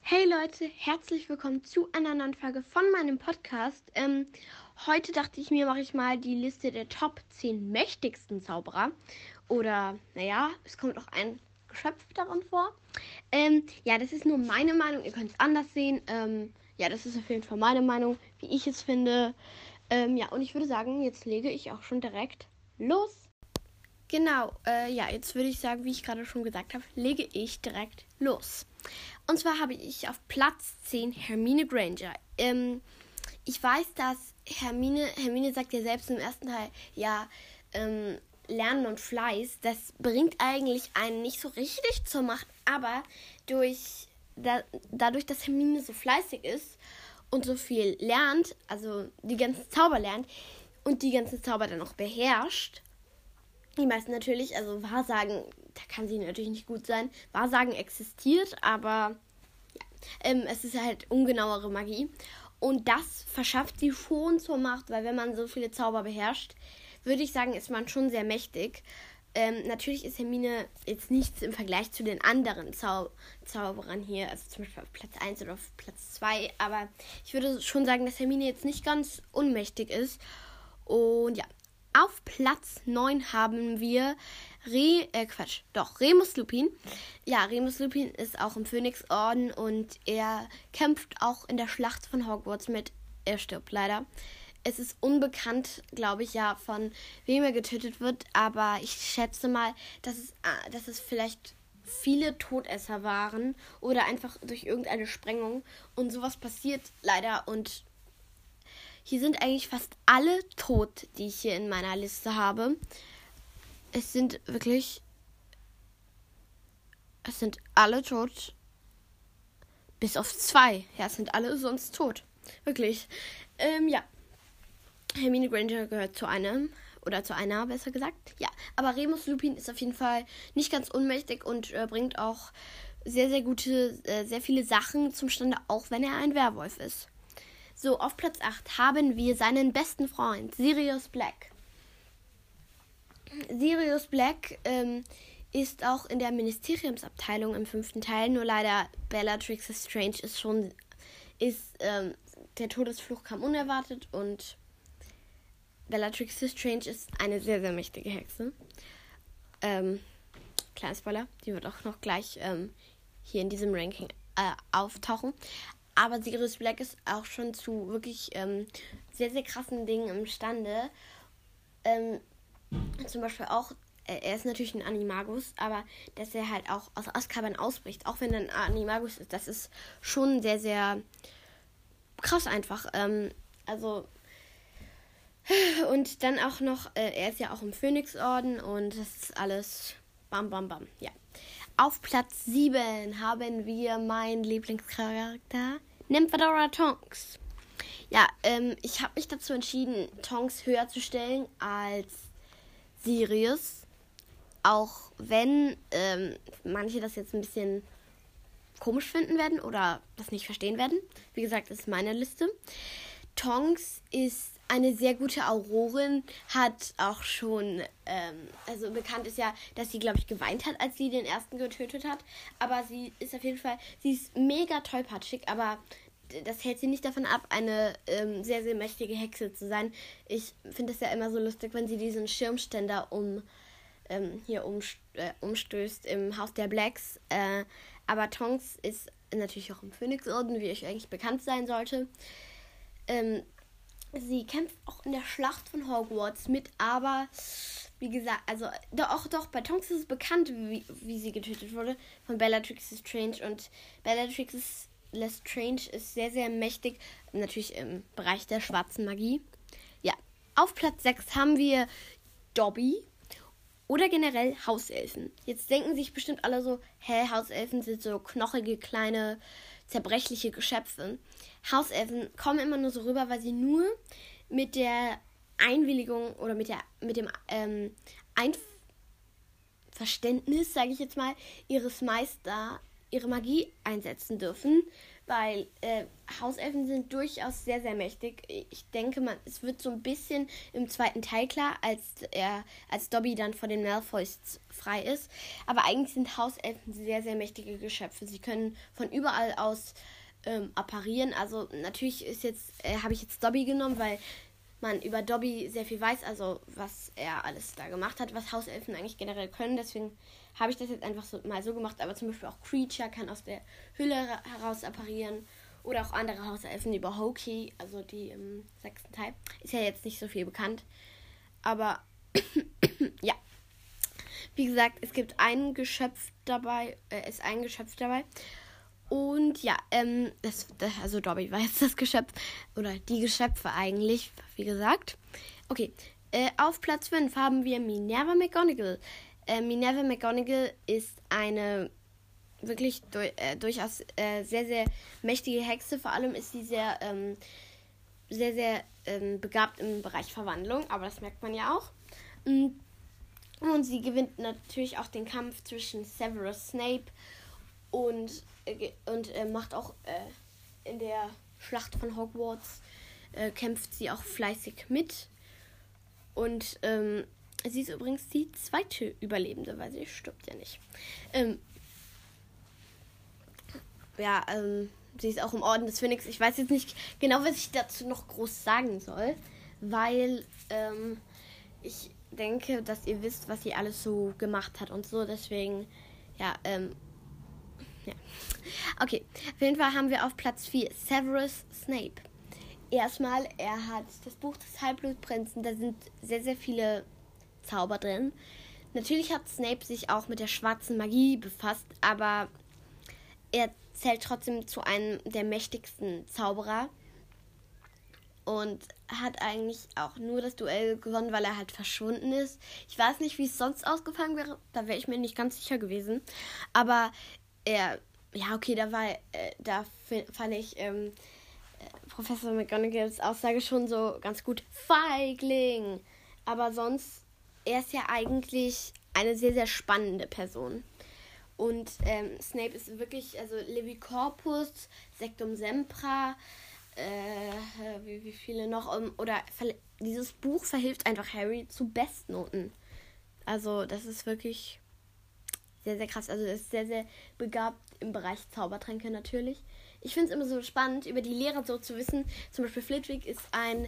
Hey Leute, herzlich willkommen zu einer neuen Folge von meinem Podcast. Heute dachte ich mir, mache ich mal die Liste der Top 10 mächtigsten Zauberer. Oder, naja, es kommt auch ein Geschöpf darin vor. Ja, das ist nur meine Meinung, ihr könnt es anders sehen. Ja, das ist auf jeden Fall meine Meinung, wie ich es finde. Ja, und ich würde sagen, jetzt lege ich auch schon direkt los. Genau, ja, jetzt würde ich sagen, wie ich gerade schon gesagt habe, lege ich direkt los. Und zwar habe ich auf Platz 10 Hermine Granger. Ich weiß, dass Hermine sagt ja selbst im ersten Teil, ja, Lernen und Fleiß, das bringt eigentlich einen nicht so richtig zur Macht, aber dadurch, dass Hermine so fleißig ist und so viel lernt, also die ganzen Zauber lernt und die ganzen Zauber dann auch beherrscht, die meisten natürlich, also Wahrsagen, da kann sie natürlich nicht gut sein. Wahrsagen existiert, aber ja, es ist halt ungenauere Magie. Und das verschafft sie schon zur Macht, weil wenn man so viele Zauber beherrscht, würde ich sagen, ist man schon sehr mächtig. Natürlich ist Hermine jetzt nichts im Vergleich zu den anderen Zauberern hier, also zum Beispiel auf Platz 1 oder auf Platz 2, aber ich würde schon sagen, dass Hermine jetzt nicht ganz unmächtig ist. Und ja, auf Platz 9 haben wir Remus Lupin. Ja, Remus Lupin ist auch im Phönixorden und er kämpft auch in der Schlacht von Hogwarts mit. Er stirbt leider. Es ist unbekannt, glaube ich, ja, von wem er getötet wird, aber ich schätze mal, dass es vielleicht viele Todesser waren oder einfach durch irgendeine Sprengung und sowas passiert leider und hier sind eigentlich fast alle tot, die ich hier in meiner Liste habe. Es sind alle tot. Bis auf 2. Ja, es sind alle sonst tot. Wirklich. Ja. Hermine Granger gehört zu einem. Oder zu einer, besser gesagt. Ja, aber Remus Lupin ist auf jeden Fall nicht ganz unmächtig und bringt auch sehr, sehr viele Sachen zustande, auch wenn er ein Werwolf ist. So, auf Platz 8 haben wir seinen besten Freund, Sirius Black. Sirius Black ist auch in der Ministeriumsabteilung im 5. Teil, nur leider Bellatrix Lestrange der Todesfluch kam unerwartet und Bellatrix Lestrange ist eine sehr, sehr mächtige Hexe. Kleiner Spoiler, die wird auch noch gleich hier in diesem Ranking auftauchen. Aber Sirius Black ist auch schon zu wirklich sehr, sehr krassen Dingen imstande. Zum Beispiel auch, er ist natürlich ein Animagus, aber dass er halt auch aus Azkaban ausbricht, auch wenn er ein Animagus ist, das ist schon sehr, sehr krass einfach. Und dann auch noch, er ist ja auch im Phönixorden und das ist alles bam, bam, bam, ja. Auf Platz 7 haben wir meinen Lieblingscharakter, Nymphadora Tonks. Ja, ich habe mich dazu entschieden, Tonks höher zu stellen als Sirius. Auch wenn manche das jetzt ein bisschen komisch finden werden oder das nicht verstehen werden. Wie gesagt, das ist meine Liste. Tonks ist eine sehr gute Aurorin, hat auch schon, also bekannt ist ja, dass sie, glaube ich, geweint hat, als sie den ersten getötet hat. Aber sie ist auf jeden Fall, sie ist mega tollpatschig, aber das hält sie nicht davon ab, eine sehr, sehr mächtige Hexe zu sein. Ich finde es ja immer so lustig, wenn sie diesen Schirmständer umstößt im Haus der Blacks. Aber Tonks ist natürlich auch im Phönixorden, wie euch eigentlich bekannt sein sollte. Sie kämpft auch in der Schlacht von Hogwarts mit, aber wie gesagt, also doch, bei Tonks ist es bekannt, wie sie getötet wurde von Bellatrix Lestrange und Bellatrix Lestrange ist sehr, sehr mächtig, natürlich im Bereich der schwarzen Magie. Ja, auf Platz 6 haben wir Dobby oder generell Hauselfen. Jetzt denken sich bestimmt alle so, Hauselfen sind so knochige, kleine, zerbrechliche Geschöpfe. Hauselfen kommen immer nur so rüber, weil sie nur mit der Einwilligung oder mit dem Einverständnis, sage ich jetzt mal, ihres Meisters ihre Magie einsetzen dürfen, weil Hauselfen sind durchaus sehr, sehr mächtig. Ich denke, es wird so ein bisschen im zweiten Teil klar, als Dobby dann vor den Malfoys frei ist. Aber eigentlich sind Hauselfen sehr, sehr mächtige Geschöpfe. Sie können von überall aus apparieren. Also natürlich habe ich jetzt Dobby genommen, weil man über Dobby sehr viel weiß, also was er alles da gemacht hat, was Hauselfen eigentlich generell können. Deswegen habe ich das jetzt einfach mal so gemacht. Aber zum Beispiel auch Creature kann aus der Hülle heraus apparieren. Oder auch andere Hauselfen über Hokey, also die im 6. Teil. Ist ja jetzt nicht so viel bekannt. Aber ja. Wie gesagt, es gibt ein Geschöpf dabei. Und ja, also Dobby war jetzt das Geschöpf. Oder die Geschöpfe eigentlich, wie gesagt. Okay, auf Platz 5 haben wir Minerva McGonagall. Minerva McGonagall ist eine wirklich durchaus sehr, sehr mächtige Hexe. Vor allem ist sie sehr, sehr, sehr begabt im Bereich Verwandlung. Aber das merkt man ja auch. Und sie gewinnt natürlich auch den Kampf zwischen Severus Snape und macht auch in der Schlacht von Hogwarts, kämpft sie auch fleißig mit. Und sie ist übrigens die zweite Überlebende, weil sie stirbt ja nicht. Sie ist auch im Orden des Phönix. Ich weiß jetzt nicht genau, was ich dazu noch groß sagen soll, weil ich denke, dass ihr wisst, was sie alles so gemacht hat und so. Deswegen, ja. Okay, auf jeden Fall haben wir auf Platz 4 Severus Snape. Erstmal, er hat das Buch des Halbblutprinzen, da sind sehr, sehr viele Zauber drin. Natürlich hat Snape sich auch mit der schwarzen Magie befasst, aber er zählt trotzdem zu einem der mächtigsten Zauberer und hat eigentlich auch nur das Duell gewonnen, weil er halt verschwunden ist. Ich weiß nicht, wie es sonst ausgefallen wäre, da wäre ich mir nicht ganz sicher gewesen, aber da fand ich Professor McGonagalls Aussage schon so ganz gut. Feigling! Aber sonst, er ist ja eigentlich eine sehr, sehr spannende Person. Und Snape ist wirklich, also Levicorpus, Sectum Sempra, wie viele noch, dieses Buch verhilft einfach Harry zu Bestnoten. Also das ist wirklich sehr, sehr krass. Also er ist sehr, sehr begabt im Bereich Zaubertränke natürlich. Ich finde es immer so spannend, über die Lehrer so zu wissen. Zum Beispiel Flitwick ist ein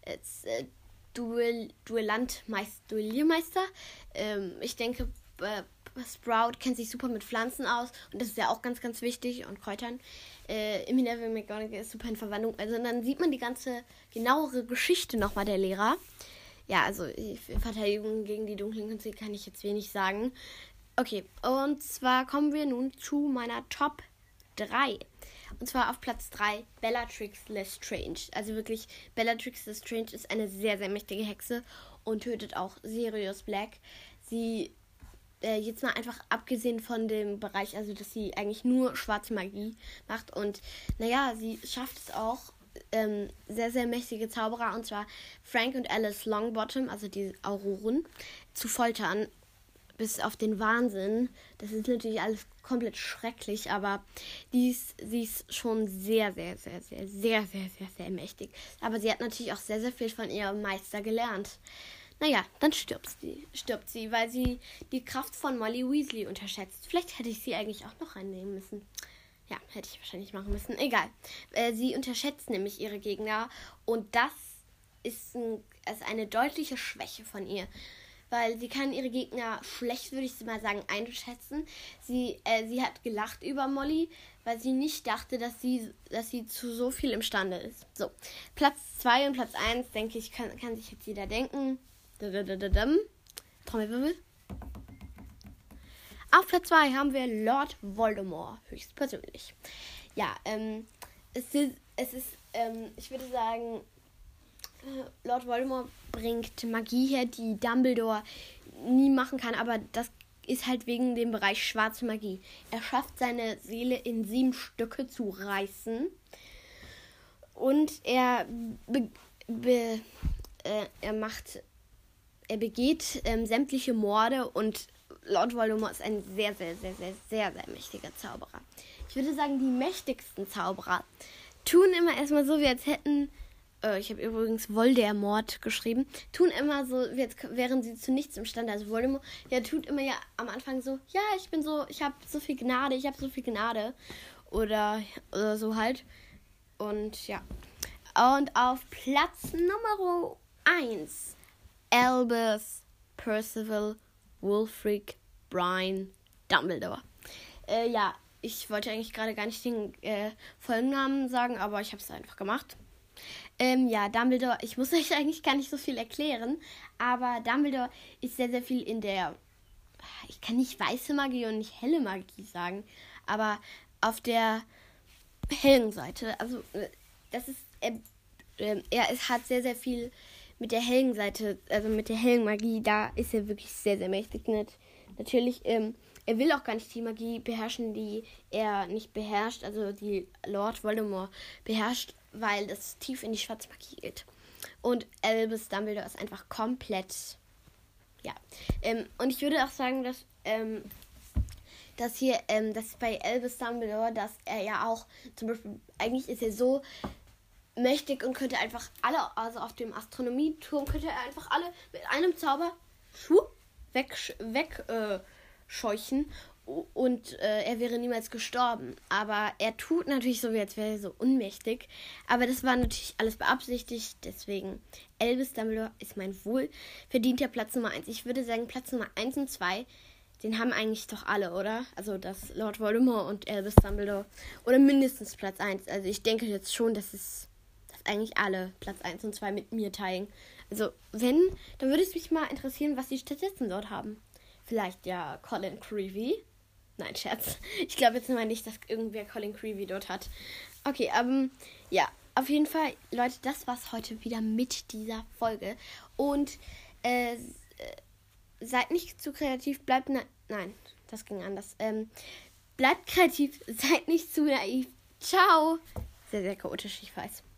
Duelliermeister. Ich denke, Sprout kennt sich super mit Pflanzen aus. Und das ist ja auch ganz, ganz wichtig. Und Kräutern. Minerva McGonagall ist super in Verwandlung. Also dann sieht man die ganze genauere Geschichte nochmal der Lehrer. Ja, also Verteidigung gegen die dunklen Künste kann ich jetzt wenig sagen. Okay, und zwar kommen wir nun zu meiner Top 3. Und zwar auf Platz 3 Bellatrix Lestrange. Also wirklich, Bellatrix Lestrange ist eine sehr, sehr mächtige Hexe und tötet auch Sirius Black. Sie, jetzt mal einfach abgesehen von dem Bereich, also dass sie eigentlich nur schwarze Magie macht. Und naja, sie schafft es auch, sehr, sehr mächtige Zauberer, und zwar Frank und Alice Longbottom, also die Auroren, zu foltern. Bis auf den Wahnsinn. Das ist natürlich alles komplett schrecklich, aber sie ist schon sehr, sehr, sehr, sehr, sehr, sehr, sehr, sehr mächtig. Aber sie hat natürlich auch sehr, sehr viel von ihrem Meister gelernt. Naja, dann stirbt sie, weil sie die Kraft von Molly Weasley unterschätzt. Vielleicht hätte ich sie eigentlich auch noch reinnehmen müssen. Ja, hätte ich wahrscheinlich machen müssen. Egal. Sie unterschätzt nämlich ihre Gegner und das ist eine deutliche Schwäche von ihr. Weil sie kann ihre Gegner schlecht, würde ich mal sagen, einschätzen. Sie hat gelacht über Molly, weil sie nicht dachte, dass sie zu so viel imstande ist. So, Platz 2 und Platz 1, denke ich, kann sich jetzt jeder denken. Trommelwirbel. Auf Platz 2 haben wir Lord Voldemort, höchstpersönlich. Ja, ich würde sagen, Lord Voldemort bringt Magie her, die Dumbledore nie machen kann, aber das ist halt wegen dem Bereich schwarze Magie. Er schafft seine Seele in 7 Stücke zu reißen und er begeht sämtliche Morde und Lord Voldemort ist ein sehr, sehr, sehr, sehr, sehr, sehr mächtiger Zauberer. Ich würde sagen, die mächtigsten Zauberer tun immer erstmal so, wie als hätten, ich habe übrigens Voldemort geschrieben, tun immer so, wie als wären sie zu nichts imstande. Also Voldemort, tut immer am Anfang so, ich habe so viel Gnade, oder so halt. Und ja. Und auf Platz Nummer 1, Albus Percival Wulfric Brian Dumbledore. Ich wollte eigentlich gerade gar nicht den Folgennamen sagen, aber ich habe es einfach gemacht. Dumbledore, ich muss euch eigentlich gar nicht so viel erklären, aber Dumbledore ist sehr, sehr viel in der, ich kann nicht weiße Magie und nicht helle Magie sagen, aber auf der hellen Seite, also das ist, hat sehr, sehr viel mit der hellen Seite, also mit der hellen Magie, da ist er wirklich sehr, sehr mächtig. Natürlich, er will auch gar nicht die Magie beherrschen, die er nicht beherrscht, also die Lord Voldemort beherrscht, weil das tief in die schwarze Magie geht. Und Albus Dumbledore ist einfach komplett, und ich würde auch sagen, dass bei Albus Dumbledore, dass er ja auch, zum Beispiel, eigentlich ist er so mächtig und könnte einfach alle, also auf dem Astronomieturm, könnte er einfach alle mit einem Zauber wegscheuchen und er wäre niemals gestorben. Aber er tut natürlich so, wie als wäre er so unmächtig. Aber das war natürlich alles beabsichtigt. Deswegen, Albus Dumbledore ist mein wohlverdienter Platz Nummer 1. Ich würde sagen, Platz Nummer 1 und 2, den haben eigentlich doch alle, oder? Also das Lord Voldemort und Albus Dumbledore. Oder mindestens Platz 1. Also ich denke jetzt schon, dass eigentlich alle Platz 1 und 2 mit mir teilen. Also wenn, dann würde es mich mal interessieren, was die Statisten dort haben. Vielleicht ja Colin Creevey. Nein, Scherz. Ich glaube jetzt mal nicht, dass irgendwer Colin Creevey dort hat. Okay, auf jeden Fall, Leute, das war's heute wieder mit dieser Folge. Und seid nicht zu kreativ, nein, das ging anders. Bleibt kreativ, seid nicht zu naiv. Ciao. Sehr, sehr chaotisch, ich weiß.